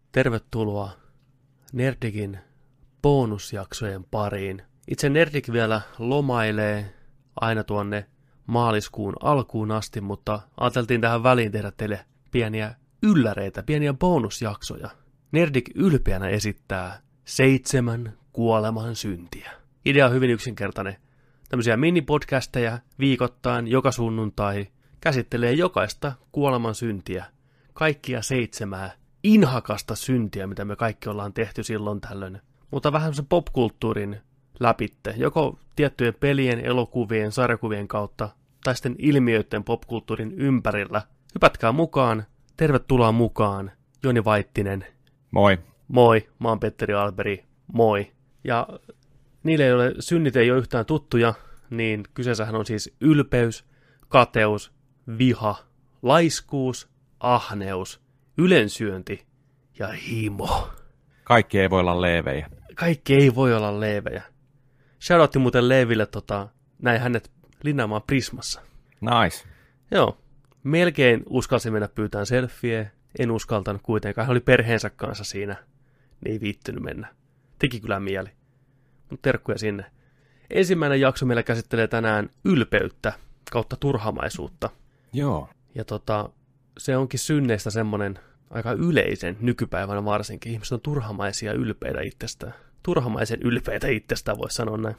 Tervetuloa Nerdikin bonusjaksojen pariin. Itse Nerdik vielä lomailee aina tuonne maaliskuun alkuun asti, mutta ajateltiin tähän väliin tehdä teille pieniä ylläreitä, pieniä bonusjaksoja. Nerdik ylpeänä esittää 7 kuoleman syntiä. Idea on hyvin yksinkertainen. Tämmöisiä minipodcasteja viikoittain, joka sunnuntai, käsittelee jokaista kuoleman syntiä. Kaikkia 7 inhakasta syntiä, mitä me kaikki ollaan tehty silloin tällöin. Mutta vähän semmoisen popkulttuurin läpitte, joko tiettyjen pelien, elokuvien, sarjakuvien kautta, tai sitten ilmiöiden popkulttuurin ympärillä. Hypätkää mukaan, tervetuloa mukaan, Joni Vaittinen. Moi. Moi, mä oon Petteri Alberi, moi. Ja niille, joille synnit ei ole yhtään tuttuja, niin kyseessähän on siis ylpeys, kateus, viha, laiskuus, ahneus, ylensyönti ja himo. Kaikki ei voi olla leevejä. Kaikki ei voi olla leevejä. Shoutoutti muuten Leeville, näin hänet linnaamaan Prismassa. Nice. Joo, melkein uskalsin mennä pyytämään selfie, en uskaltanut kuitenkaan. Hän oli perheensä kanssa siinä, niin ei viittynyt mennä. Teki kyllä mieli, mutta terkkuja sinne. Ensimmäinen jakso meillä käsittelee tänään ylpeyttä kautta turhamaisuutta. Joo. Ja se onkin synneistä semmoinen aika yleisen nykypäivänä varsinkin. Ihmiset on turhamaisia ylpeitä itsestään. Turhamaisen ylpeitä itsestään, voisi sanoa näin.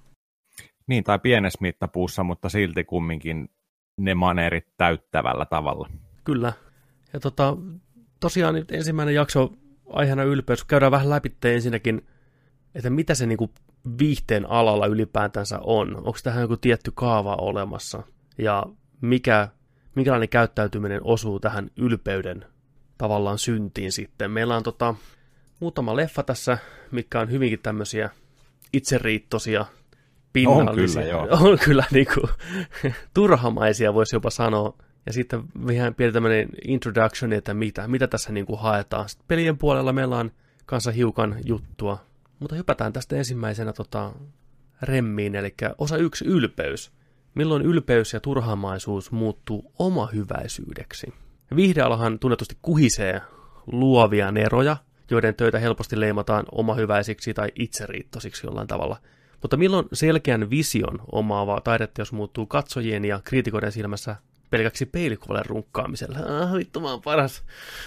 Niin, tai pienessä mittapuussa, mutta silti kumminkin ne maneerit täyttävällä tavalla. Kyllä. Ja tosiaan nyt ensimmäinen jakso aiheena ylpeys. Käydään vähän läpi ensinnäkin, että mitä se niinku viihteen alalla ylipäätänsä on. Onko tähän joku tietty kaava olemassa? Ja minkälainen käyttäytyminen osuu tähän ylpeyden tavallaan syntiin sitten. Meillä on muutama leffa tässä, mitkä on hyvinkin tämmöisiä itseriittoisia, pinnallisia. On kyllä niinku turhamaisia, voisi jopa sanoa. Ja sitten vähän pieni tämmöinen introduction, että mitä tässä niinku haetaan. Sitten pelien puolella meillä on kanssa hiukan juttua. Mutta hypätään tästä ensimmäisenä remmiin, eli osa 1 ylpeys. Milloin ylpeys ja turhamaisuus muuttuu omahyväisyydeksi? Viihdealahan tunnetusti kuhisee luovia neroja, joiden töitä helposti leimataan omahyväisiksi tai itseriittosiksi jollain tavalla. Mutta milloin selkeän vision omaava taideteos muuttuu katsojien ja kriitikoiden silmässä pelkäksi peilikuvalle runkkaamisella? Vittu, mä oon paras.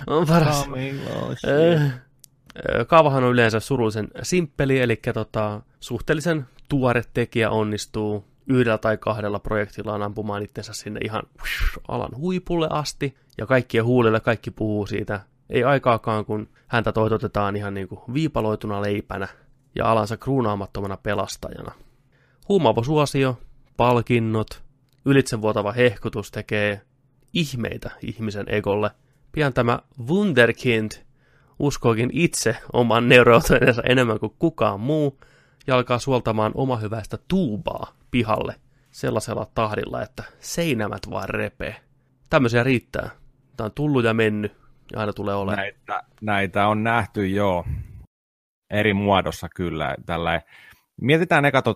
Kaavahan on yleensä surullisen simppeli, eli suhteellisen tuore tekijä onnistuu 1 tai 2 projektillaan ampumaan itsensä sinne ihan alan huipulle asti, ja kaikkien huulille kaikki puhuu siitä. Ei aikaakaan, kun häntä toitotetaan ihan niin kuin viipaloituna leipänä ja alansa kruunaamattomana pelastajana. Huumaava suosio, palkinnot, ylitsevuotava hehkutus tekee ihmeitä ihmisen egolle. Pian tämä wunderkind uskookin itse oman neurootensa enemmän kuin kukaan muu ja alkaa suoltamaan omahyväistä tuubaa pihalle sellaisella tahdilla, että seinämät vaan repee. Tämmöisiä riittää. Tämä on tullut ja mennyt ja aina tulee olemaan. Näitä on nähty jo eri muodossa kyllä. Mietitään eka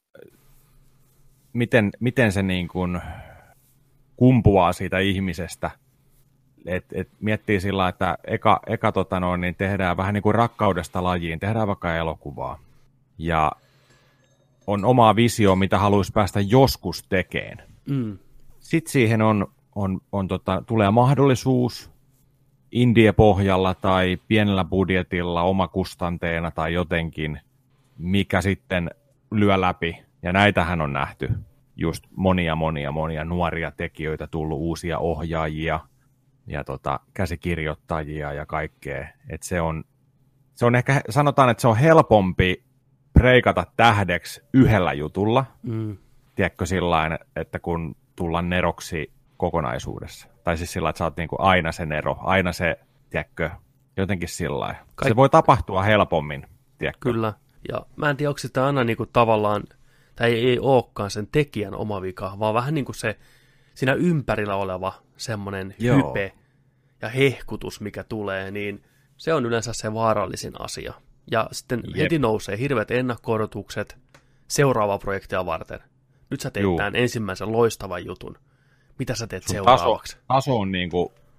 miten se niin kuin kumpuaa siitä ihmisestä. Et miettii sillä, että eka niin tehdään vähän niin kuin rakkaudesta lajiin, tehdään vaikka elokuvaa. Ja on omaa visioa, mitä haluaisi päästä joskus tekemään. Sitten siihen tulee mahdollisuus indie-pohjalla tai pienellä budjetilla, omakustanteena tai jotenkin, mikä sitten lyö läpi. Ja näitähän on nähty just monia nuoria tekijöitä, tullut uusia ohjaajia ja käsikirjoittajia ja kaikkea. Et se on ehkä, sanotaan, että se on helpompi breikata tähdeksi yhdellä jutulla, tiedätkö sillain, että kun tullaan neroksi kokonaisuudessa. Tai siis sillä, että sä oot niinku aina se nero, aina se, tiedätkö, jotenkin sillain. Se voi tapahtua helpommin, tiedätkö. Kyllä, ja mä en tiedä, onko sitä aina niinku tavallaan, tai ei olekaan sen tekijän oma vika, vaan vähän niin kuin se siinä ympärillä oleva semmoinen hype ja hehkutus, mikä tulee, niin se on yleensä se vaarallisin asia. Ja sitten heti nousee hirveät ennakko-odotukset seuraavaa projektia varten. Nyt sä teet tämän ensimmäisen loistavan jutun. Mitä sä teet seuraavaksi? Taso on niinku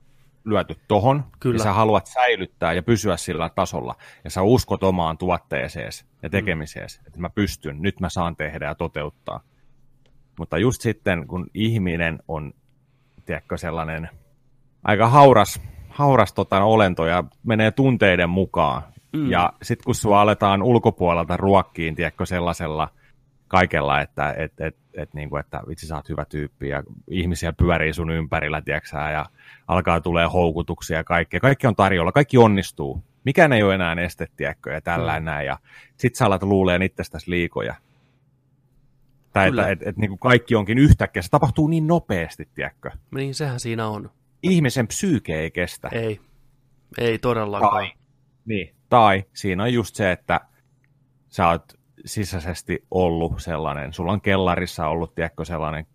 lyöty tohon, Kyllä. ja sä haluat säilyttää ja pysyä sillä tasolla, ja sä uskot omaan tuotteeseesi ja tekemiseesi, että mä pystyn, nyt mä saan tehdä ja toteuttaa. Mutta just sitten, kun ihminen on, tiedätkö, sellainen aika hauras olento ja menee tunteiden mukaan, ja sitten kun sua aletaan ulkopuolelta ruokkiin, tiedätkö, sellaisella kaikella, että vitsi sä oot hyvä tyyppi, ja ihmisiä pyörii sun ympärillä, tiedätkö, ja alkaa tulee houkutuksia ja kaikkea. Kaikki on tarjolla, kaikki onnistuu. Mikään ei ole enää este, tiedätkö, ja tällä näin, ja sit sä alat luuleen itsestäsi liikoja. Tai että niin kuin kaikki onkin yhtäkkiä, se tapahtuu niin nopeasti, tiedätkö? Niin, sehän siinä on. Ihmisen psyyke ei kestä. Ei todellakaan. Tai siinä on just se, että sä oot sisäisesti ollut sellainen, sulla on kellarissa ollut, tiedätkö, sellainen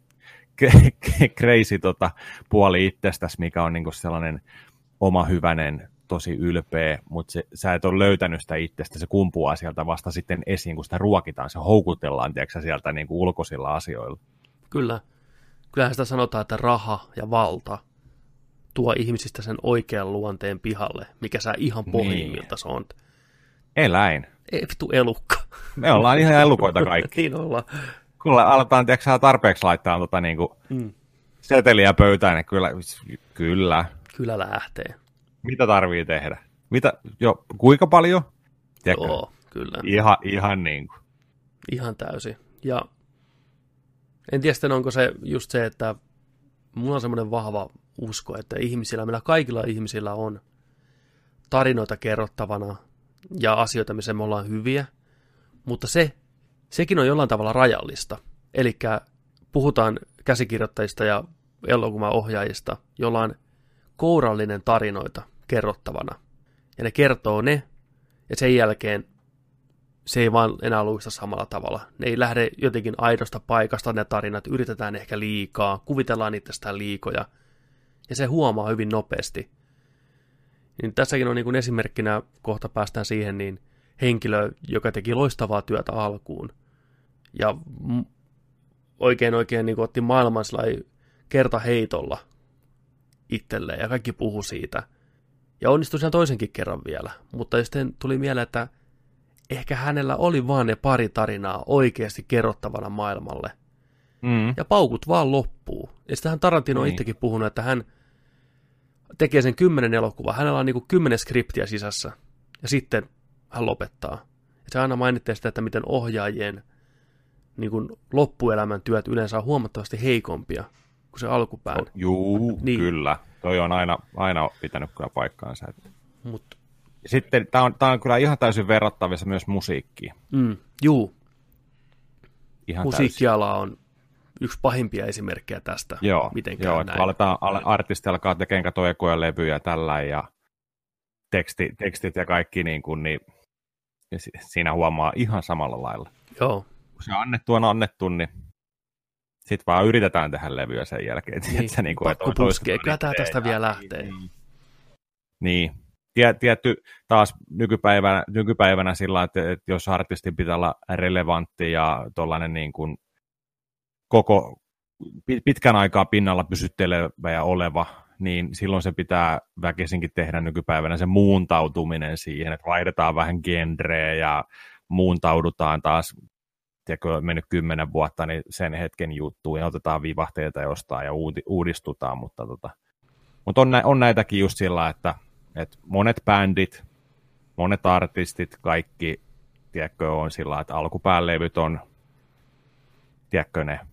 crazy puoli itsestäsi, mikä on niinku sellainen oma hyvänen, tosi ylpeä, mutta sä et ole löytänyt sitä itsestä, se kumpuaa sieltä vasta sitten esiin, kun sitä ruokitaan, se houkutellaan, tiedätkö, sieltä niinku ulkoisilla asioilla. Kyllä. Kyllähän sitä sanotaan, että raha ja valta tuo ihmisistä sen oikean luonteen pihalle, mikä sä ihan pohjimmilta se on. Eläin. Ei vittu elukka. Me ollaan ihan elukoita kaikki. Niin ollaan. Kun aletaan, tiedätkö, tarpeeksi laittaa seteliä pöytään, niin kyllä. Kyllä lähtee. Mitä tarvii tehdä? Kuinka paljon? Tiedätkö? Joo, kyllä. Ihan niin kuin. Ihan täysin. Ja en tiedä sitten, onko se just se, että mulla on semmoinen vahva usko, että meillä kaikilla ihmisillä on tarinoita kerrottavana ja asioita, missä me ollaan hyviä, mutta sekin on jollain tavalla rajallista. Eli puhutaan käsikirjoittajista ja elokuvaohjaajista, joilla on kourallinen tarinoita kerrottavana. Ja ne kertoo ne, ja sen jälkeen se ei vaan enää luista samalla tavalla. Ne ei lähde jotenkin aidosta paikasta ne tarinat, yritetään ehkä liikaa, kuvitellaan itsestään liikoja, ja se huomaa hyvin nopeasti. Niin tässäkin on niin kuin esimerkkinä, kohta päästään siihen, niin henkilö, joka teki loistavaa työtä alkuun, ja oikein niin kuin otti maailman kertaheitolla itselleen, ja kaikki puhu siitä. Ja onnistui sen toisenkin kerran vielä, mutta sitten tuli mieleen, että ehkä hänellä oli vaan ne pari tarinaa oikeasti kerrottavana maailmalle. Ja paukut vaan loppuu. Ja sitähän Tarantino on itsekin puhunut, että hän tekee sen 10 elokuvaa. Hänellä on niin kuin 10 skriptiä sisässä. Ja sitten hän lopettaa. Ja se aina mainitsee sitä, että miten ohjaajien niin kuin loppuelämän työt yleensä on huomattavasti heikompia kuin se alkupään. Niin. Kyllä. Toi on aina pitänyt kyllä paikkaansa. Mut. Sitten tämä on kyllä ihan täysin verrattavissa myös musiikkiin. Juu. Ihan musiikkiala on yksi pahimpia esimerkkejä tästä. Joo, näin. Artisti alkaa tekemään katoekoja levyjä tällä ja tekstit ja kaikki, niin siinä huomaa ihan samalla lailla. Joo. Kun se on annettu, niin sitten vaan yritetään tehdä levyä sen jälkeen. Pakko puskee, kyllä tämä tästä vielä lähtee. Niin. Tietty taas nykypäivänä sillä, että jos artistin pitää olla relevantti ja tuollainen niin kuin koko pitkän aikaa pinnalla pysyttelevä ja oleva, niin silloin se pitää väkisinkin tehdä nykypäivänä se muuntautuminen siihen, että vaihdetaan vähän genreä ja muuntaudutaan taas, tiedätkö, mennyt 10 vuotta, niin sen hetken juttuun ja otetaan vivahteita jostain ja uudistutaan, mutta on näitäkin just sillä, että monet bändit, monet artistit, kaikki, tiedätkö, on sillä, että alkupään levyt on, tiedätkö, ne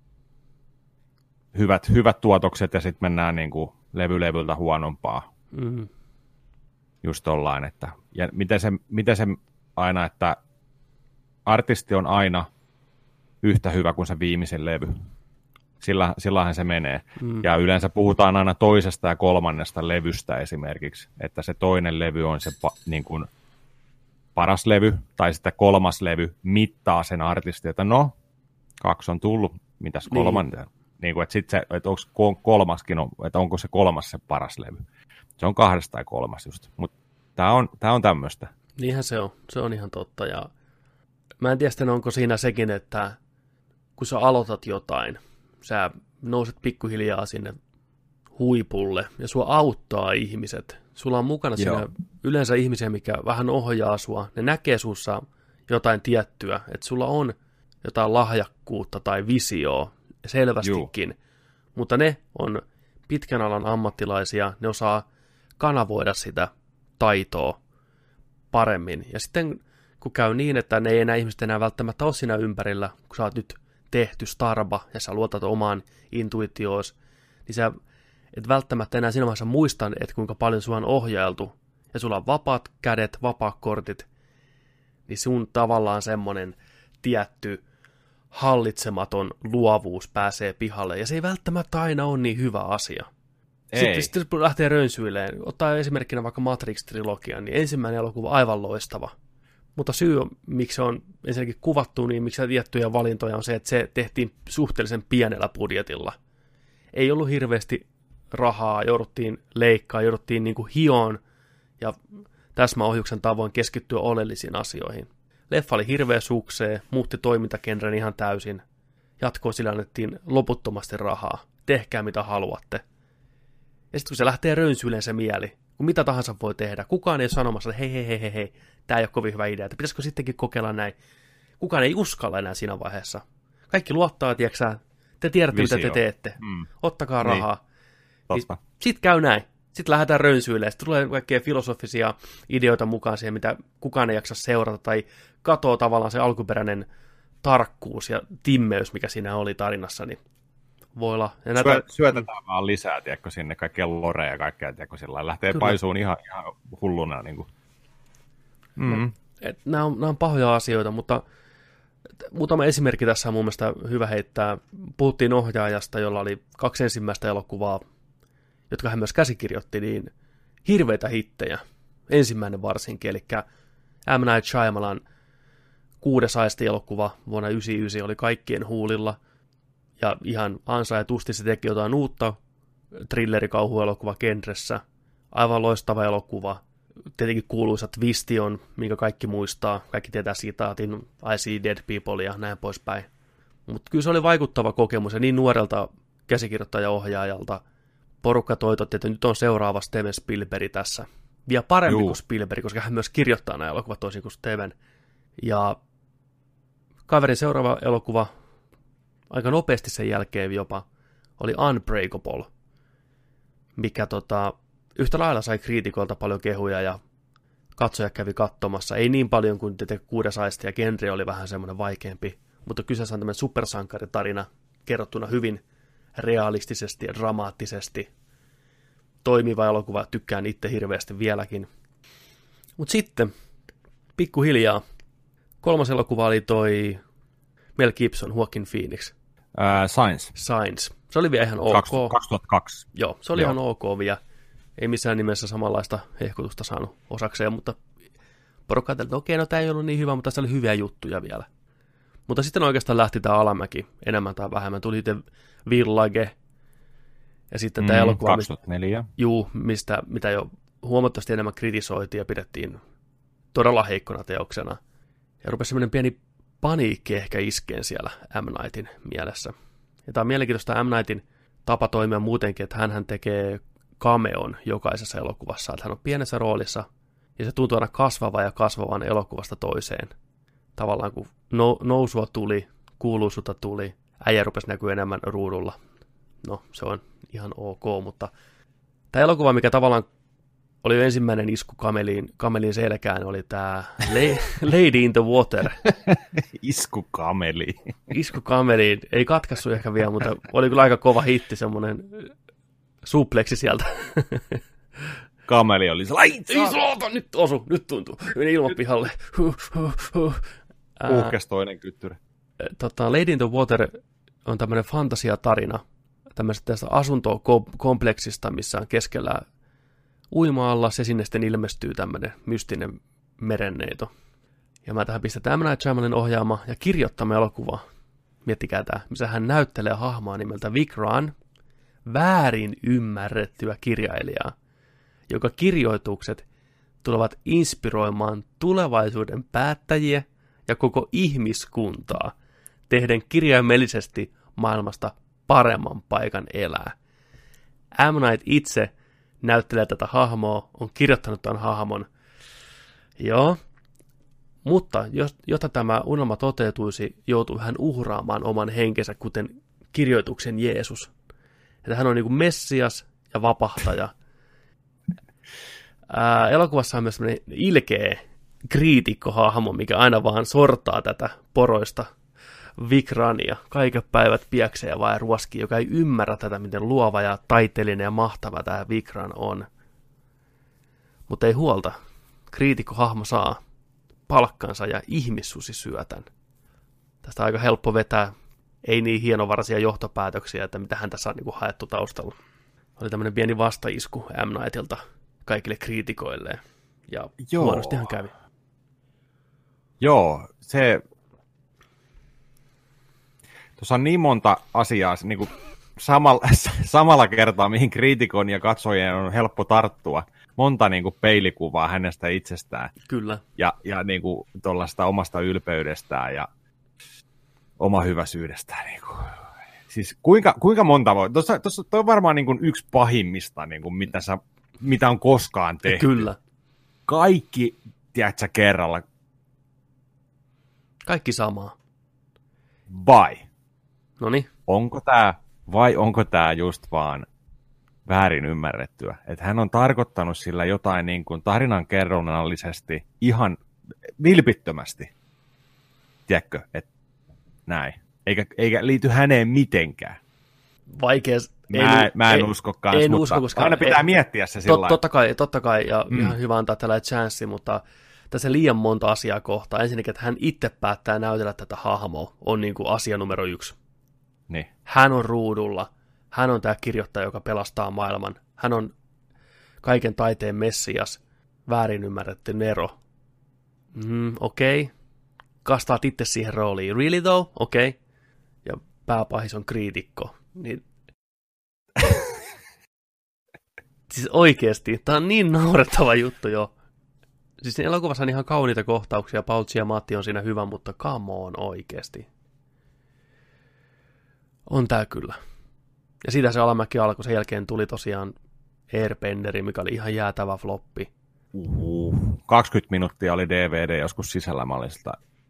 hyvät tuotokset ja sitten mennään niin kuin levyltä huonompaa. Just tollain, että ja miten se aina, että artisti on aina yhtä hyvä kuin se viimeisen levy. Sillähän se menee. Ja yleensä puhutaan aina toisesta ja kolmannesta levystä esimerkiksi, että se toinen levy on se niin kuin paras levy, tai sitten kolmas levy mittaa sen artistin, että 2 on tullut, mitäs kolmanteen? Niin kuin, että onko kolmaskin, että onko se kolmas se paras levy. Se on 2 tai 3 just, mutta tämä on tämmöistä. Niinhän se on ihan totta, ja mä en tiedä, onko siinä sekin, että kun sä aloitat jotain, sä nouset pikkuhiljaa sinne huipulle ja sua auttaa ihmiset. Sulla on mukana siinä yleensä ihmisiä, mikä vähän ohjaa sua. Ne näkee sussa jotain tiettyä, että sulla on jotain lahjakkuutta tai visioa selvästikin, mutta ne on pitkän alan ammattilaisia, ne osaa kanavoida sitä taitoa paremmin. Ja sitten kun käy niin, että ne ei enää ihmiset enää välttämättä ole siinä ympärillä, kun sä oot nyt tehty starba ja sä luotat omaan intuitioos, niin sä et välttämättä enää siinä vaiheessa muista, että kuinka paljon sua on ohjailtu, ja sulla on vapaat kädet, vapaat kortit, niin sun tavallaan semmoinen tietty hallitsematon luovuus pääsee pihalle, ja se ei välttämättä aina ole niin hyvä asia. Sitten kun lähtee rönsyilemään, ottaa esimerkkinä vaikka Matrix-trilogian, niin ensimmäinen elokuva aivan loistava. Mutta syy, miksi se on ensinnäkin kuvattu, niin miksi tiettyjä valintoja on se, että se tehtiin suhteellisen pienellä budjetilla. Ei ollut hirveästi rahaa, jouduttiin leikkaa, jouduttiin niin kuin hioon ja täsmäohjuksen tavoin keskittyä oleellisiin asioihin. Leffa oli hirveä suksee, muutti toimintagenren ihan täysin. Jatkoon sillä annettiin loputtomasti rahaa. Tehkää mitä haluatte. Ja sitten kun se lähtee rönsyilemään se mieli, kun mitä tahansa voi tehdä, kukaan ei ole sanomassa, että hei, tämä ei ole kovin hyvä idea, että pitäisikö sittenkin kokeilla näin. Kukaan ei uskalla enää siinä vaiheessa. Kaikki luottaa, tieksää, te tiedätte mitä te teette, ottakaa rahaa. Niin, sitten käy näin. Sitten lähdetään rönsyilemään. Sitten tulee kaikkea filosofisia ideoita mukaan siihen, mitä kukaan ei jaksa seurata, tai katoo tavallaan se alkuperäinen tarkkuus ja timmeys, mikä siinä oli tarinassa, niin voi olla. Syötetään vaan lisää, tiedätkö, sinne kaikkia loreja ja kaikkea, tiedätkö, sillä lähtee paisuun ihan hulluna. Niin kuin. Nämä on pahoja asioita, mutta muutama esimerkki tässä on mun mielestä hyvä heittää. Puhuttiin ohjaajasta, jolla oli 2 ensimmäistä elokuvaa, jotka hän myös käsikirjoitti, niin hirveitä hittejä. Ensimmäinen varsinkin, eli M. Night Shyamalan 6. aisti-elokuva vuonna 1999 oli kaikkien huulilla, ja ihan ansaitusti se teki jotain uutta thrillerikauhuelokuva genressä. Aivan loistava elokuva. Tietenkin kuuluisa twisti on, minkä kaikki muistaa. Kaikki tietää sitaatin I see dead people ja näin poispäin. Mutta kyllä se oli vaikuttava kokemus, ja niin nuorelta käsikirjoittaja-ohjaajalta porukka toitotti, että nyt on seuraava Steven Spielberg tässä. Vielä paremmin kuin Spielberg, koska hän myös kirjoittaa nämä elokuvat toisin kuin Steven. Ja kaverin seuraava elokuva, aika nopeasti sen jälkeen jopa, oli Unbreakable, mikä yhtä lailla sai kriitikoilta paljon kehuja ja katsoja kävi katsomassa. Ei niin paljon kuin 6. aisti ja genre oli vähän semmoinen vaikeampi, mutta kyseessä on tämmöinen supersankaritarina kerrottuna hyvin realistisesti ja dramaattisesti. Toimiva elokuva, tykkään itse hirveästi vieläkin. Mutta sitten, pikkuhiljaa, 3. elokuva oli toi Mel Gibson, Joaquin Phoenix. Science. Se oli vielä ihan ok. 2002. Joo, se oli ihan ok vielä. Ei missään nimessä samanlaista hehkutusta saanut osakseen, mutta porukka ajateli, että okei, no tämä ei ollut niin hyvä, mutta tässä oli hyviä juttuja vielä. Mutta sitten oikeastaan lähti tämä alamäki enemmän tai vähemmän. Tuli sitten Village ja sitten tämä elokuva, 2004. Mitä jo huomattavasti enemmän kritisoitiin ja pidettiin todella heikkona teoksena. Ja rupesi semmoinen pieni paniikki ehkä iskeen siellä M. Nightin mielessä. Ja tämä on mielenkiintoista M. Nightin tapa toimia muutenkin, että hän tekee cameon jokaisessa elokuvassa, että hän on pienessä roolissa, ja se tuntuu aina kasvavan elokuvasta toiseen. Tavallaan kun nousua tuli, kuuluisuutta tuli, äijä rupesi näkyä enemmän ruudulla. No, se on ihan ok, mutta tämä elokuva, mikä tavallaan oli jo ensimmäinen isku kamelin selkään, oli tämä Lady in the Water. Isku kameliin. Isku kameliin. Ei katkassu ehkä vielä, mutta oli kyllä aika kova hitti, semmoinen supleksi sieltä. Kameli oli se, nyt tuntuu. Meni ilman pihalle. Puhkesi toinen kyttyrä. Lady in the Water on tämmöinen fantasiatarina tämmöisestä asuntokompleksista, missä on keskellä uima-allas ja sinne sitten ilmestyy tämmöinen mystinen merenneito. Ja mä tähän pistetään M. Night Shyamalan ohjaama ja kirjoittama elokuva. Miettikää tämä, missä hän näyttelee hahmoa nimeltä Vic Ran, väärin ymmärrettyä kirjailijaa, joka kirjoitukset tulevat inspiroimaan tulevaisuuden päättäjiä ja koko ihmiskuntaa, tehden kirjaimellisesti maailmasta paremman paikan elää. M. Night itse näyttelee tätä hahmoa, on kirjoittanut tämän hahmon. Joo. Mutta jotta tämä unelma toteutuisi, joutuu hän uhraamaan oman henkensä, kuten kirjoituksen Jeesus. Että hän on niin kuin Messias ja vapahtaja. Elokuvassa on myös sellainen ilkeä kriitikkohahmo, mikä aina vaan sortaa tätä poroista Vikrania. Kaiket päivät pieksee ja vaan ruoskii, joka ei ymmärrä tätä, miten luova ja taiteellinen ja mahtava tämä Vikran on. Mutta ei huolta. Kriitikkohahmo saa palkkansa ja ihmissusi syötän. Tästä on aika helppo vetää ei niin hienovaraisia johtopäätöksiä, että mitä hän tässä on niin kuin haettu taustalla. Oli tämmöinen pieni vastaisku M. Nightilta kaikille kriitikoilleen. Ja huonostihan kävi. Joo, se... Tuossa on niin monta asiaa niin kuin samalla kertaa, mihin kriitikon ja katsojien on helppo tarttua. Monta niin kuin peilikuvaa hänestä itsestään. Kyllä. Ja niin kuin tuollaista omasta ylpeydestään ja omahyväisyydestään. Niin kuin. Siis kuinka monta voi... Tuossa toi on varmaan niin kuin yksi pahimmista, niin kuin mitä on koskaan tehty. Kyllä. Kaikki, tiedätkö kerralla. Kaikki samaa. Vai? Noniin. Onko tämä just vaan väärin ymmärrettyä? Että hän on tarkoittanut sillä jotain niin kuin tarinankerronnallisesti ihan vilpittömästi. Tiedätkö, että näin. Eikä liity häneen mitenkään. Vaikea. Mä en usko kanssa, mutta koska aina pitää miettiä se sillä lailla. Totta kai, ja ihan hyvä antaa tällainen chanssi, mutta tässä liian monta asiaa kohtaa. Ensinnäkin, että hän itse päättää näytellä tätä hahmoa, on niin kuin asia numero 1. Niin. Hän on ruudulla. Hän on tämä kirjoittaja, joka pelastaa maailman. Hän on kaiken taiteen messias, väärin ymmärretty Nero. Okei. Kastaat itse siihen rooliin. Really though? Okei. Ja pääpahis on kriitikko. Niin... siis oikeesti, tää on niin naurettava juttu jo. Siis elokuvassa on ihan kauniita kohtauksia, Pautsi ja Matti on siinä hyvä, mutta come on oikeesti. On tää kyllä. Ja siitä se alamäki alkoi, sen jälkeen tuli tosiaan Airbenderi, mikä oli ihan jäätävä floppi. 20 minuuttia oli DVD joskus sisällä, mä olin sitä,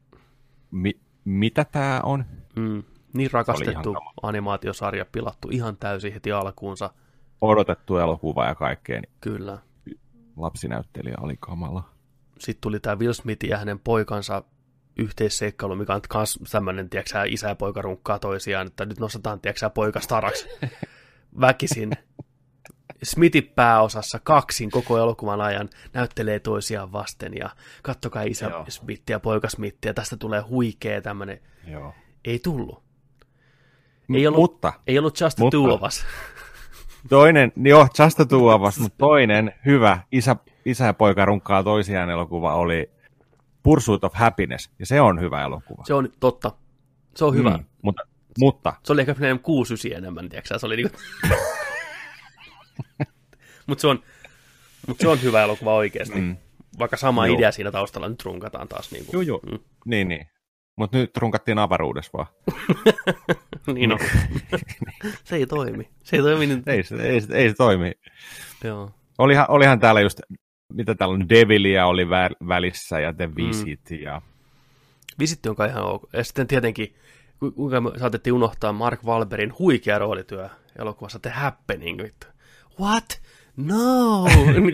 mitä tää on? Niin rakastettu animaatiosarja, pilattu ihan täysin heti alkuunsa. Odotettu elokuva ja kaikkea. Niin kyllä. Lapsinäyttelijä oli kamala. Sitten tuli tää Will Smith ja hänen poikansa yhteisseikkailu, mikä on myös tämmöinen, tiedätkö, isä ja poika runkkaa toisiaan, että nyt nostetaan, tiedätkö, poika staraksi väkisin. Smithin pääosassa kaksin koko elokuvan ajan näyttelee toisiaan vasten, ja kattokaa isä Smith ja poika Smith, ja tästä tulee huikea tämmöinen. Joo. Ei tullut. Ei ollut Just the Two of Us. Toinen, Just the Two of Us, mutta toinen hyvä isä ja poika runkkaa toisiaan elokuva oli Pursuit of Happiness, ja se on hyvä elokuva. Se on totta. Se on hyvä. Mutta. Se oli ehkä 6-9 enemmän, tiedätkö? Se oli niinku... Mutta se on hyvä elokuva oikeasti. Vaikka sama idea siinä taustalla nyt runkataan taas. Niinku. Joo. Niin. Mutta nyt runkattiin avaruudessa vaan. niin on. Se ei toimi. Se ei toimi nyt. Ei se toimi. Joo. Olihan täällä just, mitä täällä on, Devilia oli välissä ja The Visit. Ja... Visit on kai ihan ok. Ja sitten tietenkin, kuinka me saatettiin unohtaa Mark Wahlbergin huikea roolityö elokuvassa The Happening. What? No!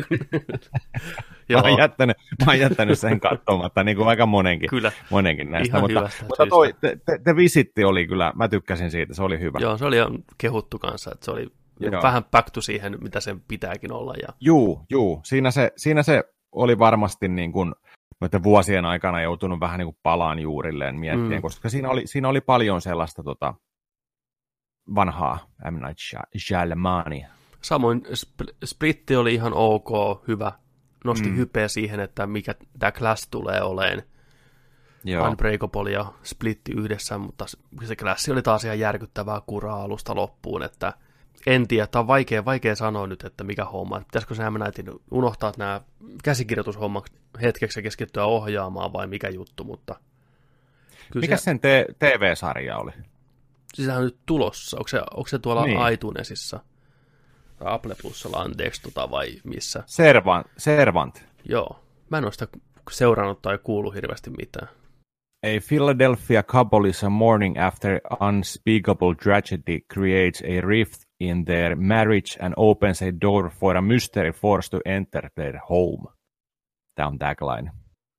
Mä oon jättänyt sen katsomatta, niin kuin aika monenkin näistä. Mutta toi The Visit oli kyllä, mä tykkäsin siitä, se oli hyvä. Joo, se oli kehuttu kanssa, että se oli vähän päkty siihen, mitä sen pitääkin olla. Ja... Juu. Siinä se oli varmasti niin kuin noiden vuosien aikana joutunut vähän niin kuin palaan juurilleen miettien, koska siinä oli paljon sellaista vanhaa M. Night Shyamalania. Samoin Splitti oli ihan ok, hyvä. Nosti hypeä siihen, että mikä tämä Class tulee oleen. Unbreakable ja Splitti yhdessä, mutta se Class oli taas ihan järkyttävää kuraa alusta loppuun, että en tiedä, tämä on vaikea sanoa nyt, että mikä homma. Pitäisikö se unohtaa nämä käsikirjoitushommat hetkeksi ja keskittyä ohjaamaan vai mikä juttu, mutta... Mikä sen TV-sarja oli? Siis sehän on nyt tulossa. Onko se tuolla iTunesissa? Apple Plusalla anteeksi vai missä. Servant. Joo, mä en ole sitä seurannut tai kuullut hirveästi mitään. A Philadelphia couple is a morning after unspeakable tragedy creates a rift in their marriage and opens a door for a mystery force to enter their home. Tämä on tagline.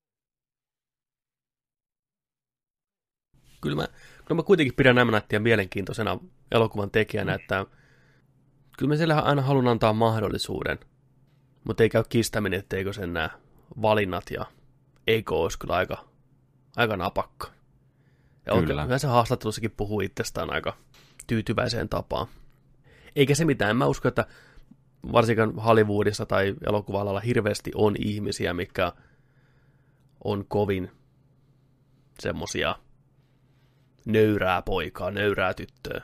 Kyllä mä kuitenkin pidän Nämänättiä mielenkiintoisena elokuvan tekijänä, että kyllä mä siellä aina haluan antaa mahdollisuuden, mutta ei käy kistäminen, etteikö sen nämä valinnat ja eikö olisi kyllä aika napakka. Ja kyllä se haastattelussakin puhuu itsestään aika tyytyväiseen tapaan. Eikä se mitään, en mä usko, että varsinkaan Hollywoodissa tai elokuva-alalla hirveästi on ihmisiä, mikä on kovin semmosia nöyrää poikaa, nöyrää tyttöä.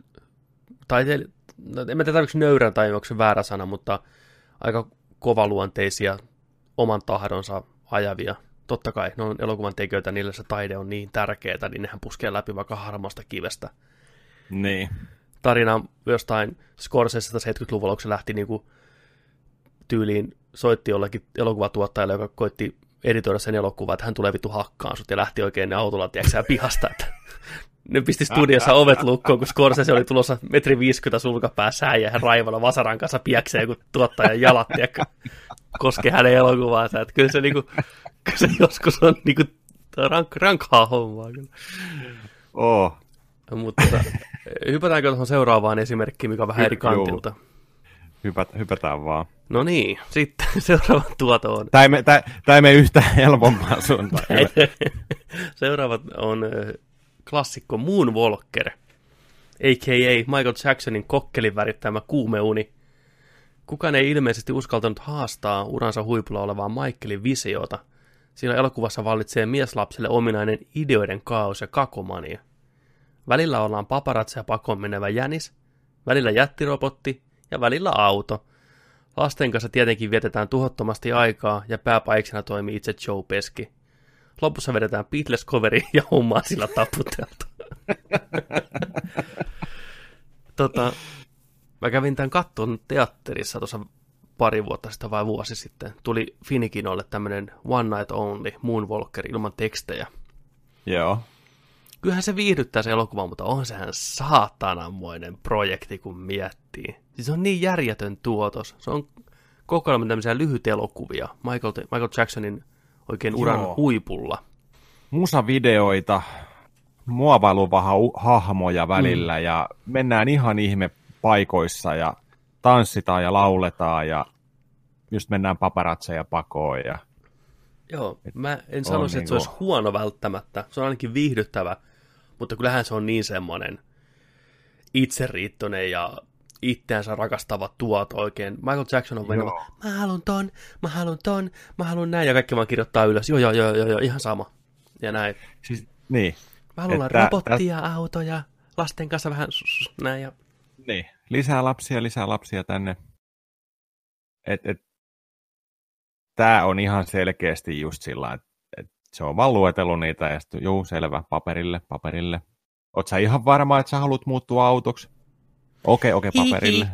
En mä tiedä, onko nöyrän tai onko se väärä sana, mutta aika kovaluonteisia, oman tahdonsa ajavia. Totta kai, ne on elokuvan tekijöitä, niille se taide on niin tärkeää, niin nehän puskee läpi vaikka harmaasta kivestä. Niin. Tarina jostain Scorsesesta 70-luvulla, kun se lähti niinku tyyliin, soitti jollekin elokuvatuottajalle, joka koitti editoida sen elokuvaa, että hän tulee vittu hakkaan sut, ja lähti oikein ne autolla, tiedätkö pihasta, että ne pisti studiossa ovet lukkoon, kun Scorsese oli tulossa 1,50 metriä sulkapää sää, ja hän raivalla vasaran kanssa piäkseen, kun tuottajan jalat, tiedätkö, koskee hänen elokuvaansa, että kyllä se niinku, se joskus on niinku rankkaa hommaa kyllä. Oh. Mutta hypätäänkö tuohon seuraavaan esimerkkiin, mikä on vähän eri kantilta? Hypätään vaan. No niin, sitten seuraava tuoto on... Tämä ei mene yhtään helpompaa suuntaan. Seuraavat on klassikko Moonwalker, a.k.a. Michael Jacksonin kokkelin värittämä kuumeuni. Kukaan ei ilmeisesti uskaltanut haastaa uransa huipulla olevaa Michaelin visiota. Siinä elokuvassa vallitsee mieslapselle ominainen ideoiden kaos ja kakomania. Välillä ollaan paparazzi ja pakoon menevä jänis, välillä jättirobotti ja välillä auto. Lasten kanssa tietenkin vietetään tuhottomasti aikaa ja pääpaiksena toimii itse Joe Pesci. Lopussa vedetään Beatles-coveri ja hommaa sillä taputeltu. Mä kävin tämän katton teatterissa tuossa pari vuotta sitten vai vuosi sitten. Tuli Finikinolle tämmönen One Night Only Moonwalker ilman tekstejä. Joo. Kyllähän se viihdyttää se elokuva, mutta on sehän saatananmoinen projekti, kun miettii. Siis on niin järjetön tuotos. Se on kokonaan tämmöisiä lyhyt elokuvia. Michael Jacksonin oikein uran huipulla. Musavideoita, muovailuvahahmoja välillä ja mennään ihan ihme paikoissa ja tanssitaan ja lauletaan ja just mennään paparazzeja pakoon. Ja... Joo, mä en sanoisi, että se olisi huono välttämättä. Se on ainakin viihdyttävä, mutta kyllähän se on niin semmoinen itseriittoinen ja itseänsä rakastava tuoto oikein. Michael Jackson on mennyt, mä haluan näin, ja kaikki vaan kirjoittaa ylös. Joo, ihan sama. Ja näin. Siis, niin. Mä haluan olla robottia, autoja, lasten kanssa vähän näin. Ja... Niin, lisää lapsia tänne. Tää on ihan selkeästi just sillä, että se on vaan luetellut niitä, ja sitten selvä, paperille. Oot sä ihan varma, että sä haluat muuttua autoksi? Okei, paperille.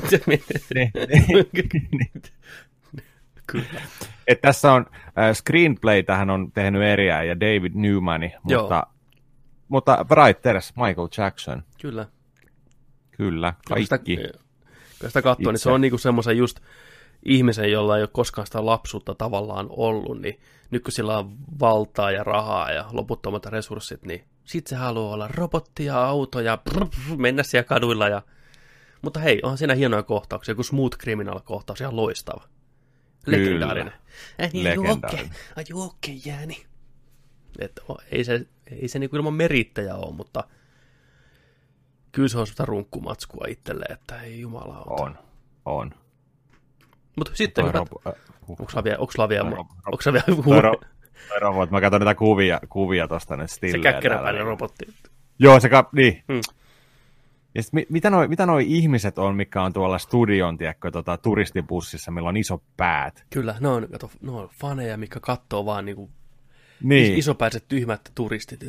Kyllä. Et tässä on screenplay, tähän on tehnyt eriä ja David Newman, mutta writers Michael Jackson. Kyllä, kaikki. Kun sitä katsoo, niin se on niinku semmoisen just ihmisen, jolla ei ole koskaan sitä lapsuutta tavallaan ollut, niin nyt kun sillä on valtaa ja rahaa ja loputtomat resurssit, niin sit se haluaa olla robottia, autoja, mennä siellä kaduilla. Mutta hei, onhan siinä hienoja kohtauksia, kun Smooth Criminal-kohtaus, ihan loistava. Legendaarinen. Are you okay, Jääni? Ei se niinku ilman merittäjä ole, mutta kyllä se on sitä runkkumatskua itselleen, että ei jumala On. Mutta sitten onko sulla vielä robot, mä katson näitä kuvia tosta nyt stilleen. Se käkkäräpäinen robotti. Joo, niin. Ja sit, mitä noi ihmiset on, mikä on tuolla studion, tiedätkö, turistibussissa, millä on iso päät? Kyllä, ne on faneja, mikä katsoo vaan niinku isopäiset tyhmät turistit,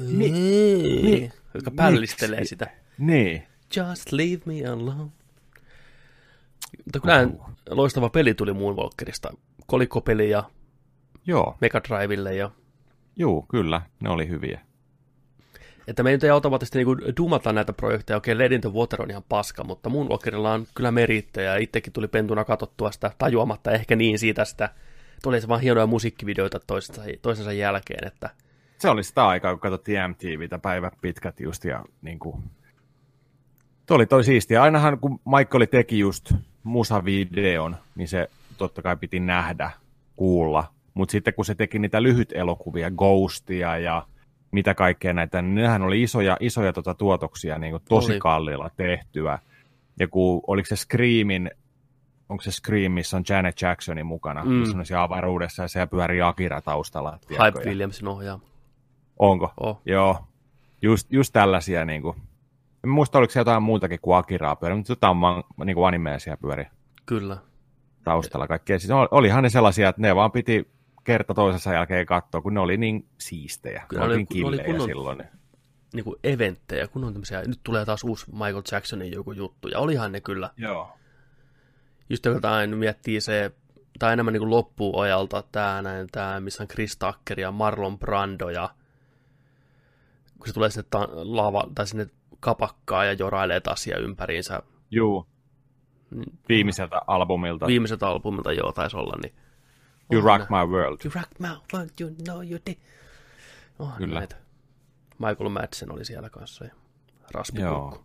jotka pällistelee sitä. Niin. Just leave me alone. Mutta kyllähän loistava peli tuli Moonwalkerista. Kolikopeli ja Joo. Mega Drivelle ja... Joo, kyllä, ne oli hyviä. Että me ei nyt ei automaattisesti niinku dumata näitä projekteja. Okei, Led in the Water on ihan paska, mutta Moonwalkerilla on kyllä merittejä. Itsekin tuli pentuna katsottua sitä tajuamatta ehkä niin siitä sitä. Tuli se vaan hienoja musiikkivideoita toisensa jälkeen, että... Se oli sitä aikaa, kun katsottiin MTVtä päivät pitkät just ja niinku... Toi siistiä. Ainahan kun Michael teki just musavideon, niin se totta kai piti nähdä, kuulla. Mutta sitten kun se teki niitä lyhyt elokuvia, Ghostia ja mitä kaikkea näitä, niin nehän oli isoja tuotoksia niin kuin tosi kalliilla tehtyä. Ja kun oliko se onko se Scream, missä on Janet Jacksonin mukana, missä on siellä avaruudessa ja se pyörii Akira taustalla. Hype Williamsin ohjaama. Onko? Joo. Just tällaisia niin kuin. En muista, oliko se jotain muutakin kuin Akiraa pyöri, mutta jotain niin kuin animea siellä pyöri. Kyllä. Taustalla kaikkea. Siis olihan ne sellaisia, että ne vaan piti kerta toisensa jälkeen katsoa, kun ne oli niin siistejä. Kyllä ne oli niin killejä silloin. Niin kuin eventtejä, kun on tämmöisiä, nyt tulee taas uusi Michael Jacksonin joku juttu, ja olihan ne kyllä. Joo. Just jotain miettii se, tai enemmän niin kuin loppuajalta tämä, missä on Chris Tucker ja Marlon Brando, ja kun se tulee sinne tai sinne kapakkaa ja jorailee tasia ympäriinsä. Juu. Viimeiseltä albumilta, joo, taisi olla. Niin. You rock my world. You rock my world, you know you did. Kyllä. Näitä. Michael Madsen oli siellä kanssa ja Raspikukku.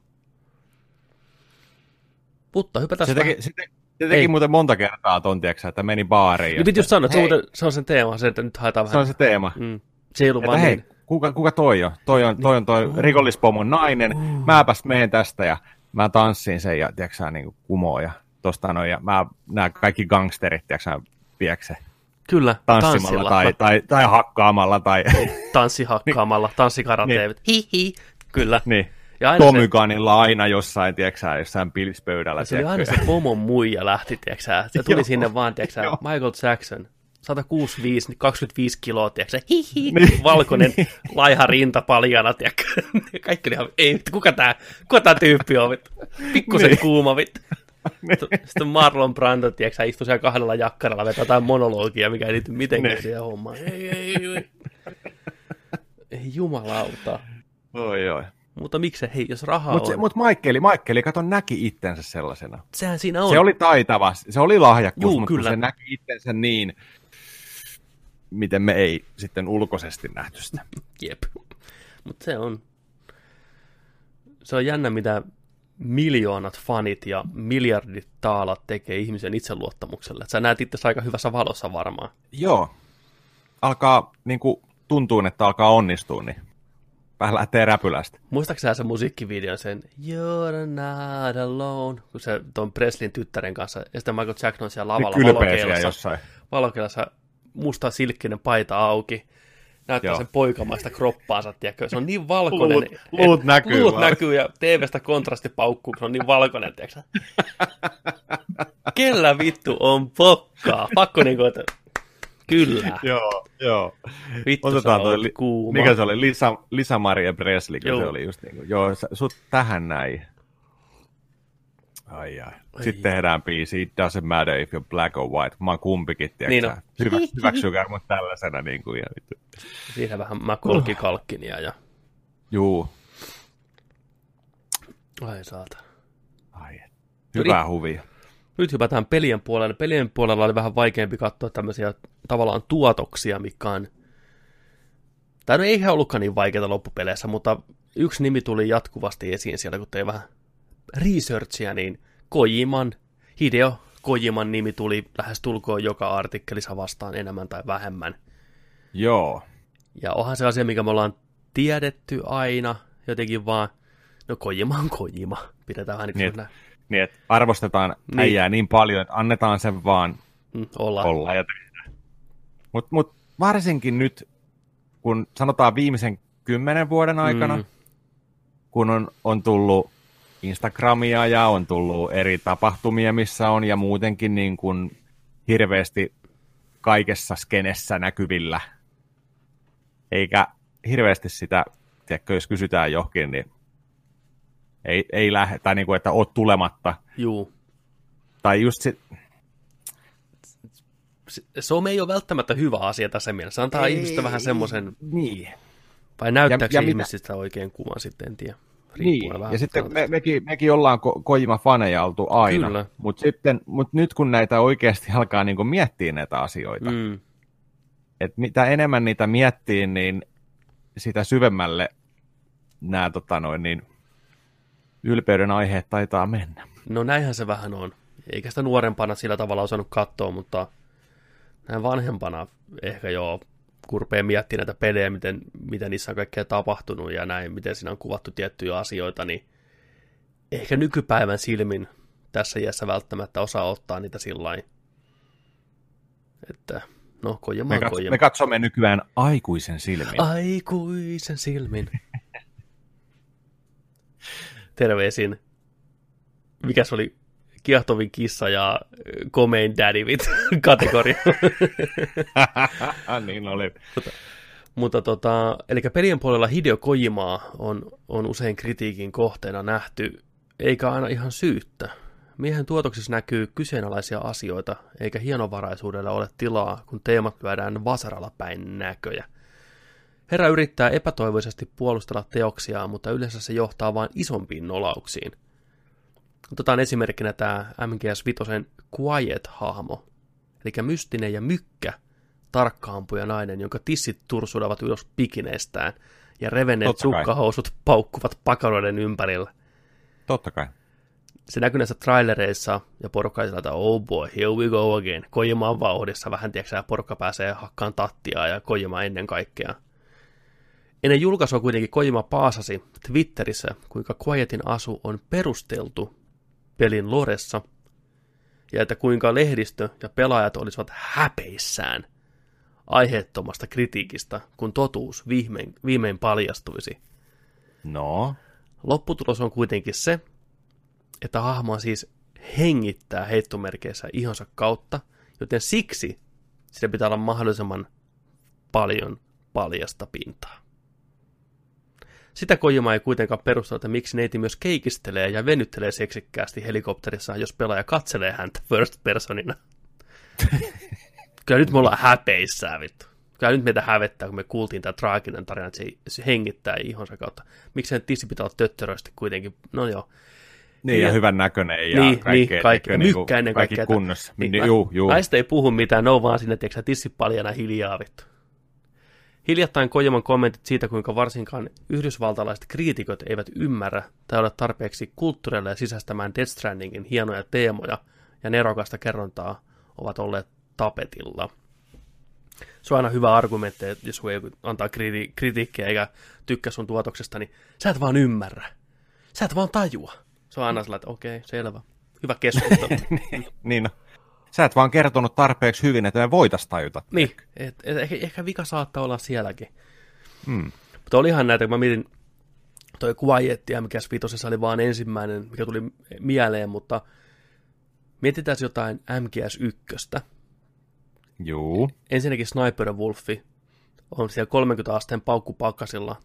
Mutta hypätään se teki muuten monta kertaa ton, tiiäksä, että meni baariin. Niin piti just sanoa, että se on sen teema, se, että nyt haetaan vähän. Se on se teema. Se ei ollut vaan hei, niin. Kuka toi on? Toi on rikollispomon nainen. Mäpäs menen tästä ja mä tanssin sen ja tiiäksä, niin kuin kumoon ja tosta noin. Ja nämä kaikki gangsterit, tiiäksä, viekse. Kyllä, tanssimalla tai hakkaamalla. Tai... Tanssihakkaamalla, tanssikarate. Hihi, kyllä. Niin. Tomykanilla aina jossain pilspöydällä. Se oli aina se pomon muija lähti, tiiäksä. Se tuli sinne vaan, tiiäksä, Michael Jackson. 165, 25 kiloa, tiiäksä. Hihi, valkoinen, laiha rinta paljana, tiiäksä. Kaikki oli ihan, ei, kuka tää tyyppi on, pikkusen kuuma, vittu. Sitten Marlon Brando, tiiäksä, istui siellä kahdella jakkaralla, vetää jotain monologia, mikä ei liity mitenkään siihen hommaan. Ei jumalauta. Oi. Mutta miksi hei, jos rahaa on. Mutta Michael, kato, näki itsensä sellaisena. Sehän siinä on. Se oli taitava, se oli lahjakkuus, mutta kyllä. Se näki itsensä niin, miten me ei sitten ulkoisesti nähty sitä. Jep. Mutta se on jännä, mitä miljoonat fanit ja miljardit taalat tekee ihmisen itseluottamukselle. Et sä näet itse aika hyvässä valossa varmaan. Joo. Alkaa, niin kuin tuntuu, että alkaa onnistua, niin vähän lähtee räpylästä. Muistatko sä sen musiikkivideon, sen You're not alone, kun se tuon Presleyn tyttären kanssa, ja sitten Michael Jackson on siellä lavalla valokeilassa, musta silkkinen paita auki, näyttää sen poikamaista kroppaansa, tiedätkö? Se on niin valkoinen. Luut näkyy ja TV:stä kontrasti paukkuu, kun se on niin valkoinen, tiedätkö? Kellä vittu on pokkaa? Pakko niinku, että kyllä. Joo. Vittu otetaan toi kuuma. Mikä se oli? Lisa Maria Presley, kun se oli just niinku, joo, sut tähän näin. Ai. Sitten tehdään biisi, it doesn't matter if you're black or white. Mä oon kumpikin, tiedätkö? Niin hyväksykää mut tällaisena. Niin kuin, ja siinä vähän Macaulay-Culkinia ja... Juu. Ai saata. Hyvää huvia. Nyt hypätään pelien puolelle. Pelien puolella oli vähän vaikeampi katsoa tämmöisiä tavallaan tuotoksia, mikä on... Tai no ei ihan ollutkaan niin vaikeaa loppupeleissä, mutta yksi nimi tuli jatkuvasti esiin siellä, kun tein vähän researchia, niin Hideo Kojiman nimi tuli lähestulkoon joka artikkelissa vastaan enemmän tai vähemmän. Joo. Ja onhan se asia, mikä me ollaan tiedetty aina, jotenkin vaan, no Kojima on Kojima. Pidetään vähän niin, että arvostetaan äijää niin paljon, että annetaan sen vaan olla ja tehdä. Mut varsinkin nyt, kun sanotaan viimeisen 10 vuoden aikana, kun on tullut Instagramia ja on tullut eri tapahtumia, missä on, ja muutenkin niin kuin hirveästi kaikessa skenessä näkyvillä. Eikä hirveästi sitä, tiedätkö, jos kysytään johonkin, niin ei lähde, tai niin kuin, että oot tulematta. Juu. Tai just se... Some ei ole välttämättä hyvä asia tässä mielessä. Se antaa ihmistä vähän semmoisen... Niin. Vai näyttääkö se ihmisistä oikein kuvan sitten, en tiedä. Niin, ja sitten mekin ollaan Kojima-faneja oltu aina, mutta nyt kun näitä oikeasti alkaa niin kuin miettiä näitä asioita, että mitä enemmän niitä miettii, niin sitä syvemmälle nämä ylpeyden aiheet taitaa mennä. No näinhän se vähän on. Eikä sitä nuorempana sillä tavalla osannut katsoa, mutta näin vanhempana ehkä joo, kun rupeaa miettimään näitä pelejä, miten niissä on kaikkea tapahtunut ja näin, miten siinä on kuvattu tiettyjä asioita, niin ehkä nykypäivän silmin tässä iässä välttämättä osaa ottaa niitä sillain. Että no, Kojima. Me katsomme nykyään aikuisen silmin. Aikuisen silmin. Terveisin. Mikäs oli kiehtovin kissa ja komein daddy with kategoria. Niin oli. Mutta eli pelien puolella Hideo Kojimaa on usein kritiikin kohteena nähty, eikä aina ihan syyttä. Miehen tuotoksissa näkyy kyseenalaisia asioita, eikä hienovaraisuudelle ole tilaa, kun teemat lyödään vasaralla päin näköjä. Herra yrittää epätoivoisesti puolustella teoksiaan, mutta yleensä se johtaa vain isompiin nolauksiin. Otetaan esimerkkinä tämä MGS5 Quiet-hahmo, eli mystinen ja mykkä tarkkaampuja nainen, jonka tissit tursudavat ylös pikineestään ja revenneet sukkahousut paukkuvat pakaroiden ympärillä. Totta kai. Se näkyy näissä trailereissa ja porukka ei sieltä, oh boy, here we go again. Kojima on vauhdissa, vähän tiedätkö, porukka pääsee hakkaan tattia ja Kojima ennen kaikkea. Ennen julkaisua kuitenkin Kojima paasasi Twitterissä, kuinka Quietin asu on perusteltu pelin loressa, ja että kuinka lehdistö ja pelaajat olisivat häpeissään aiheettomasta kritiikistä, kun totuus viimein paljastuisi. No. Lopputulos on kuitenkin se, että hahmoa siis hengittää heittomerkeissä ihonsa kautta, joten siksi sitä pitää olla mahdollisimman paljon paljasta pintaa. Sitä Kojima ei kuitenkaan perustella, että miksi neiti myös keikistelee ja venyttelee seksikkäästi helikopterissa, jos pelaaja katselee häntä first personina. Kyllä nyt me ollaan häpeissään, vittu. Kyllä nyt meitä hävettää, kun me kuultiin tämä traaginen tarina, että se hengittää ihonsa kautta. Miksi sen tissi pitää olla töttöröisesti kuitenkin? No joo. Niin, ja hyvän näköinen ja kaikki mykkä ennen kaikkea. Kaikki kunnossa. Naista ei puhu mitään, ne on vaan sinne, tiedätkö, tissi paljana hiljaa, vittu. Hiljattain Kojiman kommentit siitä, kuinka varsinkaan yhdysvaltalaiset kriitikot eivät ymmärrä tai ole tarpeeksi kulttuurille sisäistämään Death Strandingin hienoja teemoja ja nerokasta kerrontaa, ovat olleet tapetilla. Se on aina hyvä argumentti, että jos joku antaa kritiikkiä eikä tykkää sun tuotoksesta, niin sä et vaan ymmärrä. Sä et vaan tajua. Se on aina sellainen, että okei, selvä. Hyvä keskustelu. Niin no. Sä et vaan kertonut tarpeeksi hyvin, että me voitaisiin tajuta. Niin, ehkä vika saattaa olla sielläkin. Mutta olihan näitä, kun mä mietin, toi Quiet MGS5 oli vaan ensimmäinen, mikä tuli mieleen, mutta mietitään jotain MGS1. Juu. Ensinnäkin Sniper Wolfi on siellä 30 asteen paukkupakkasilla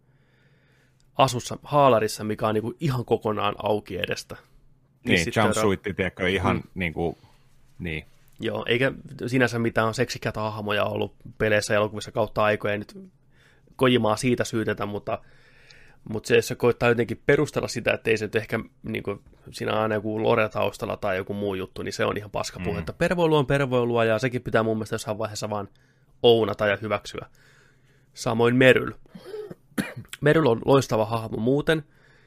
asussa haalarissa, mikä on niinku ihan kokonaan auki edestä. Niin, jumpsuitti, tiedätkö, ihan niinku, niin. Joo, eikä sinänsä mitään seksikkäitä hahmoja ollut peleissä ja elokuvissa kautta aikoja, ei nyt Kojimaa siitä syytetä, mutta se koittaa jotenkin perustella sitä, että ei se nyt ehkä, niin kuin, siinä on aina joku lore taustalla tai joku muu juttu, niin se on ihan paskapuhetta. Pervoilu on pervoilua, ja sekin pitää mun mielestä jossain vaiheessa vaan ounata ja hyväksyä. Samoin Meryl. Meryl on loistava hahmo muuten,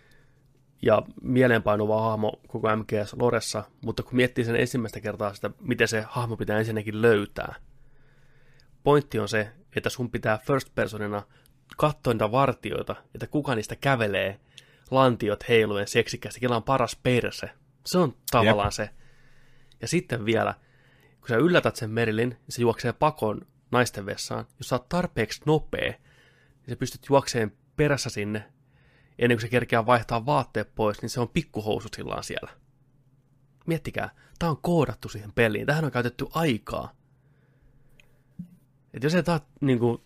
ja mieleenpainuva hahmo koko MGS-loressa, mutta kun miettii sen ensimmäistä kertaa sitä, miten se hahmo pitää ensinnäkin löytää. Pointti on se, että sun pitää first personina katsoa niitä vartioita, että kuka niistä kävelee lantiot heiluen seksikästi, kellä on paras perse. Se on tavallaan se. Ja sitten vielä, kun sä yllätät sen Merylin, niin se juoksee pakoon naisten vessaan. Jos sä oot tarpeeksi nopea, niin sä pystyt juokseen perässä sinne, ennen kuin se kerkeää vaihtaa vaatteet pois, niin se on pikkuhoususillaan siellä. Miettikää, tää on koodattu siihen peliin. Tähän on käytetty aikaa. Et jos et ole niinku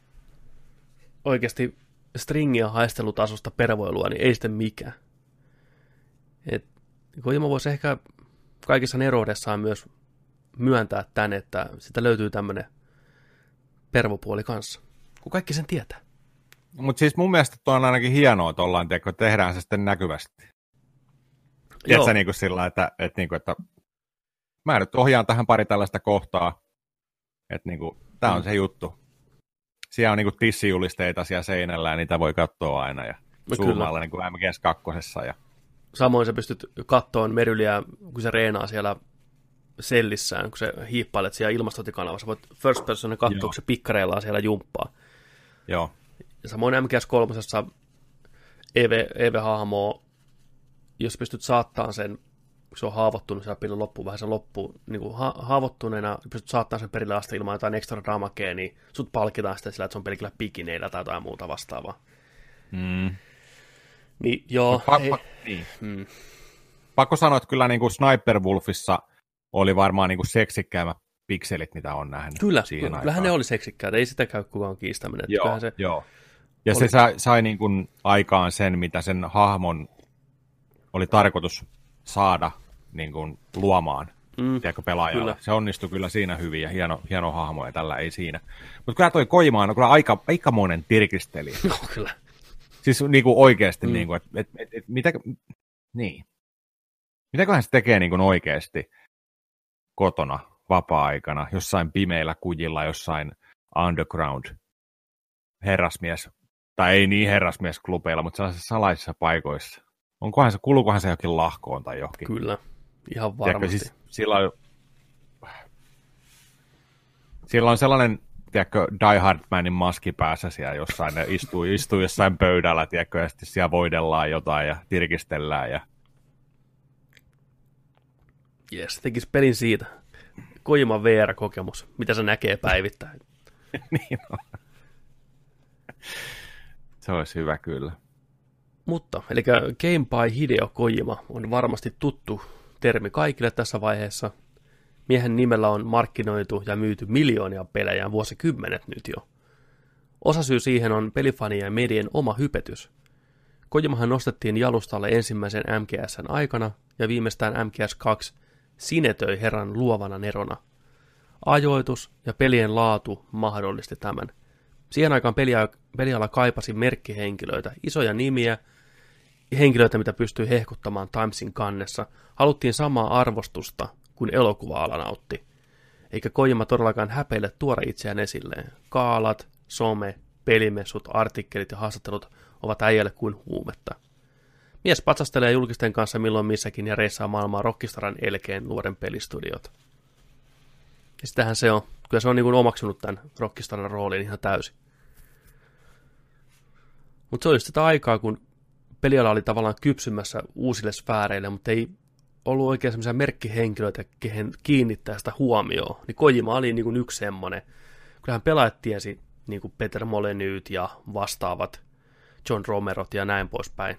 oikeasti stringia haistelutasosta pervoilua, niin ei sitten mikään. Kojima voisi ehkä kaikissa neroudessaan myös myöntää tämän, että sitä löytyy tämmöinen pervopuoli kanssa, kun kaikki sen tietää. Mutta siis mun mielestä tuo on ainakin hienoa, että tehdään se sitten näkyvästi. Tiedätkö niin kuin sillä, että mä nyt ohjaan tähän pari tällaista kohtaa, että niin kuin, tää on se juttu. Siellä on niin kuin tissijulisteita siellä seinällä ja niitä voi katsoa aina ja zoomailla niin kuin MGS2. Ja... Samoin sä pystyt kattoon Meryliä, kun se reenaa siellä sellissään, kun se hiippailet siellä ilmastointikanavassa. Voit first person katsoa, kun se pikkareillaan siellä jumppaa. Joo. Ja samoin MGS3 EV-hahmoa, jos pystyt saattamaan sen, kun se on haavoittunut siellä pilin loppuun, vähän se loppuu niin kuin haavoittuneena, pystyt saattamaan sen perille asti ilman jotain extra damakea, niin sut palkitaan sitten sillä, että se on pelkillä pikineillä tai jotain muuta vastaavaa. Niin joo. Pakko sanoa, että kyllä niin kuin Sniper Wolfissa oli varmaan niin kuin seksikkäimmät pikselit, mitä on nähnyt. Kyllähän ne oli seksikkäitä, ei sitä käy kukaan kiistäminen. Joo. Ja se sai niin kuin aikaan sen, mitä sen hahmon oli tarkoitus saada niin kuin luomaan pelaajalle. Kyllä. Se onnistui kyllä siinä hyvin ja hieno hahmo ja tällä ei siinä. Mutta kyllä toi Kojima on kyllä aikamoinen tirkisteli. No kyllä. Siis niin kuin oikeasti, niin kuin, mitäköhän se tekee niin kuin oikeasti kotona, vapaa-aikana, jossain pimeillä kujilla, jossain underground herrasmies, tai ei niin herrasmiesklubeilla, mutta sellaisissa salaisissa paikoissa. Kuluukohan se jokin lahkoon tai johonkin? Kyllä, ihan varmasti. Siis, sillä on sellainen, tiedätkö, Die Hard Manin maski päässä siellä jossain, ne istuu jossain pöydällä, tiedätkö, ja sitten siellä voidellaan jotain ja tirkistellään. Ja... Jes, tekisi pelin siitä. Kojiman VR-kokemus, mitä se näkee päivittäin. Niin on. Se olisi hyvä kyllä. Mutta, eli Genpai Hideo Kojima on varmasti tuttu termi kaikille tässä vaiheessa. Miehen nimellä on markkinoitu ja myyty miljoonia pelejä vuosikymmenet nyt jo. Osasyy siihen on pelifanien ja medien oma hypetys. Kojimahan nostettiin jalustalle ensimmäisen MGS:n aikana ja viimeistään MGS2 sinetöi herran luovana nerona. Ajoitus ja pelien laatu mahdollisti tämän. Siihen aikaan peliala kaipasi merkkihenkilöitä, isoja nimiä, henkilöitä, mitä pystyy hehkuttamaan Timesin kannessa. Haluttiin samaa arvostusta kuin elokuva-ala nautti. Eikä Kojima todellakaan häpeille tuoda itseään esilleen. Kaalat, some, pelimessut, artikkelit ja haastattelut ovat äijälle kuin huumetta. Mies patsastelee julkisten kanssa milloin missäkin ja reissaa maailmaa Rockistaran elkeen nuoren pelistudiot. Ja sitähän se on. Kyllä se on niin kuin omaksunut tämän Rockistaran roolin ihan täysin. Mutta se oli sitä aikaa, kun peliala oli tavallaan kypsymässä uusille sfääreille, mutta ei ollut oikein semmoisia merkkihenkilöitä, kehen kiinnittää sitä huomioon. Niin Kojima oli niin kuin yksi semmoinen. Kyllähän pelaajat tiesi niin kuin Peter Molyneux ja vastaavat John Romerot ja näin poispäin.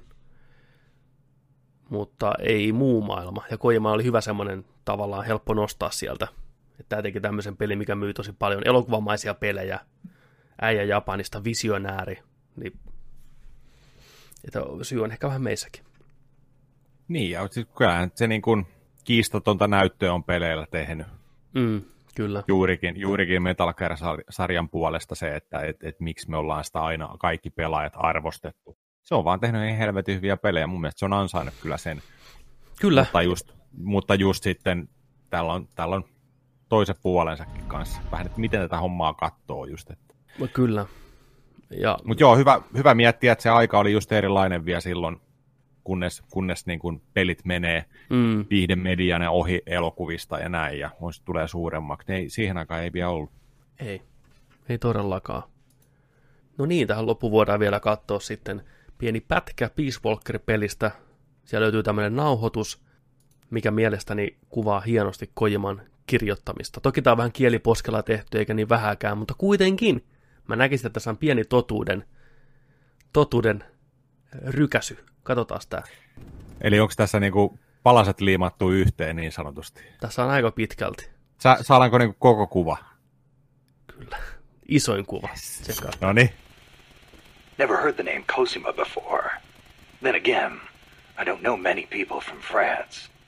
Mutta ei muu maailma. Ja Kojima oli hyvä semmoinen tavallaan helppo nostaa sieltä. Että tämä teki tämmöisen pelin, mikä myy tosi paljon elokuvamaisia pelejä. Äijä Japanista, visionääri. Niin, että syy on ehkä vähän meissäkin. Niin, ja kyllähän se niin kuin kiistatonta näyttöä on peleillä tehnyt. Kyllä. Juurikin Metal Gear-sarjan puolesta se, että miksi me ollaan sitä aina kaikki pelaajat arvostettu. Se on vaan tehnyt niin helvetin hyviä pelejä. Mun mielestä se on ansainnut kyllä sen. Kyllä. Mutta just sitten täällä on toisen puolensakin kanssa. Vähän, että miten tätä hommaa katsoo just. Että. Kyllä. Mutta joo, hyvä miettiä, että se aika oli just erilainen vielä silloin, kunnes niin kun pelit menee viihdemedian ja ohi elokuvista ja näin, ja tulee suuremmaksi. Siihen aikaan ei vielä ollut. Ei todellakaan. No niin, tähän loppuun voidaan vielä katsoa sitten pieni pätkä Peace Walker-pelistä. Siellä löytyy tämmöinen nauhoitus, mikä mielestäni kuvaa hienosti Kojiman kirjoittamista. Toki tämä on vähän kieliposkella tehty, eikä niin vähäkään, mutta kuitenkin mä näkisin, että tässä on pieni totuuden rykäsy. Katsotaan tämä. Eli onko tässä niinku palaset liimattu yhteen niin sanotusti? Tässä on aika pitkälti. Saadaanko niinku koko kuva? Kyllä. Isoin kuva. Yes. Noniin. Never heard the name Cosima before. Then again, I don't know many people from France.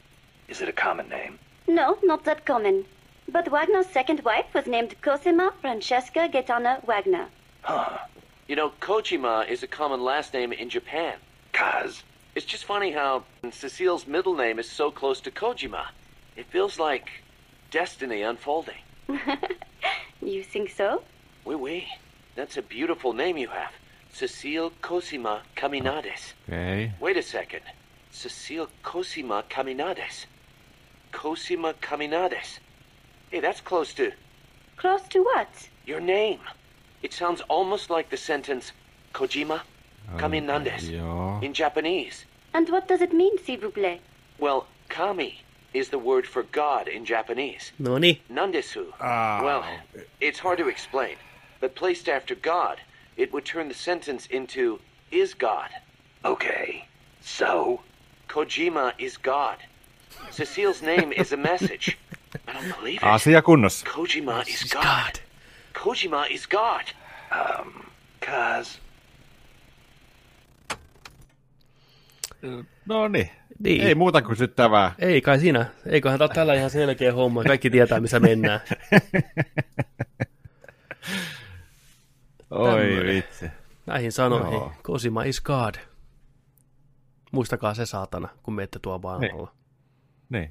Is it a common name? No, not that common. But Wagner's second wife was named Cosima Francesca Gaetana Wagner. Huh. You know, Kojima is a common last name in Japan. Kaz. It's just funny how Cecile's middle name is so close to Kojima. It feels like destiny unfolding. You think so? Oui, oui. That's a beautiful name you have. Cecile Cosima Caminades. Okei. Wait a second. Cecile Cosima Caminades. Cosima Caminades. Hey, that's close to Close to what? your name. It sounds almost like the sentence Kojima Caminades Joo. in Japanese. And what does it mean, s'il vous plaît? Well, kami is the word for God in Japanese. Noni. Nandesu. Ah. Well, it's hard to explain. But placed after God, it would turn the sentence into is God. Okay. So? Kojima is God. Cecile's name is a message. I don't believe it. Asia kunnossa. Kojima is God. God. Kojima is God. Kaz. No niin. Niin. Ei muuta kuin syttävää. Ei kai siinä. Eiköhän tämä tällä ihan selkeä homma. Kaikki tietää, missä mennään. Oi Tämmönen. vitsi. Näihin sanoihin. Joo. Cosima is God. Muistakaa se saatana, kun menette tuo maailmalla. Niin.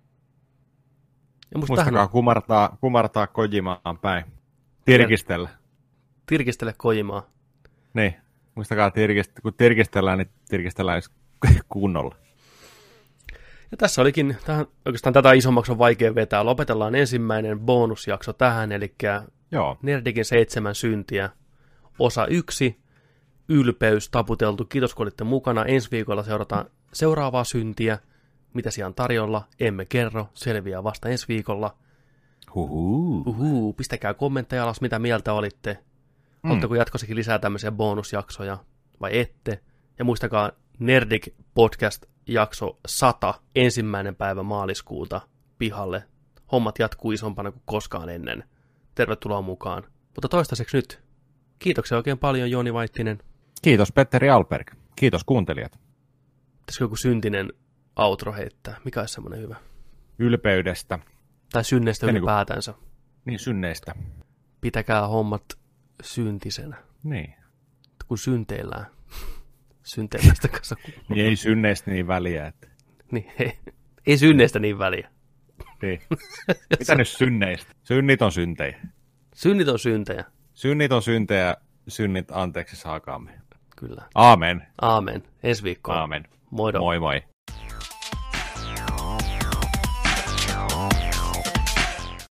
Ja musta tähän Muistakaa on kumartaa Kojimaan päin. Tirkistellä. tirkistele Kojimaa. Niin. Muistakaa, kun tirkistellään, niin tirkistellään kunnolla. Ja tässä olikin, oikeastaan tätä isommaksi on vaikea vetää. Lopetellaan ensimmäinen bonusjakso tähän, eli Joo. Nerdikin 7 syntiä, osa 1, ylpeys, taputeltu. Kiitos, kun olitte mukana. Ensi viikolla seurataan seuraavaa syntiä. Mitä siellä on tarjolla? Emme kerro. Selviää vasta ensi viikolla. Pistäkää kommentteja alas, mitä mieltä olitte. Haluatteko jatkossakin lisää tämmöisiä bonusjaksoja vai ette? Ja muistakaa Nerdik Podcast-jakso 100, 1. päivä maaliskuuta pihalle. Hommat jatkuu isompana kuin koskaan ennen. Tervetuloa mukaan. Mutta toistaiseksi nyt. Kiitoksia oikein paljon, Jooni Vaittinen. Kiitos Petteri Alberg. Kiitos kuuntelijat. Pitäisikö joku syntinen outro heittää? Mikä olisi semmoinen hyvä? Ylpeydestä. Tai synneistä Niin kuin- ylipäätänsä. Niin synneistä. Pitäkää hommat syntisenä, Niin. kun synteillään. Synteillästä kanssa. Niin ei synneistä niin väliä. Että... Niin, ei synneistä niin väliä. Niin. Mitä nyt synneistä? Synnit on syntejä. Synnit on syntejä. Synnit on syntejä, synnit anteeksi saakaamme. Kyllä. Aamen. Aamen. Ensi viikkoon. Aamen. Moido. Moi moi.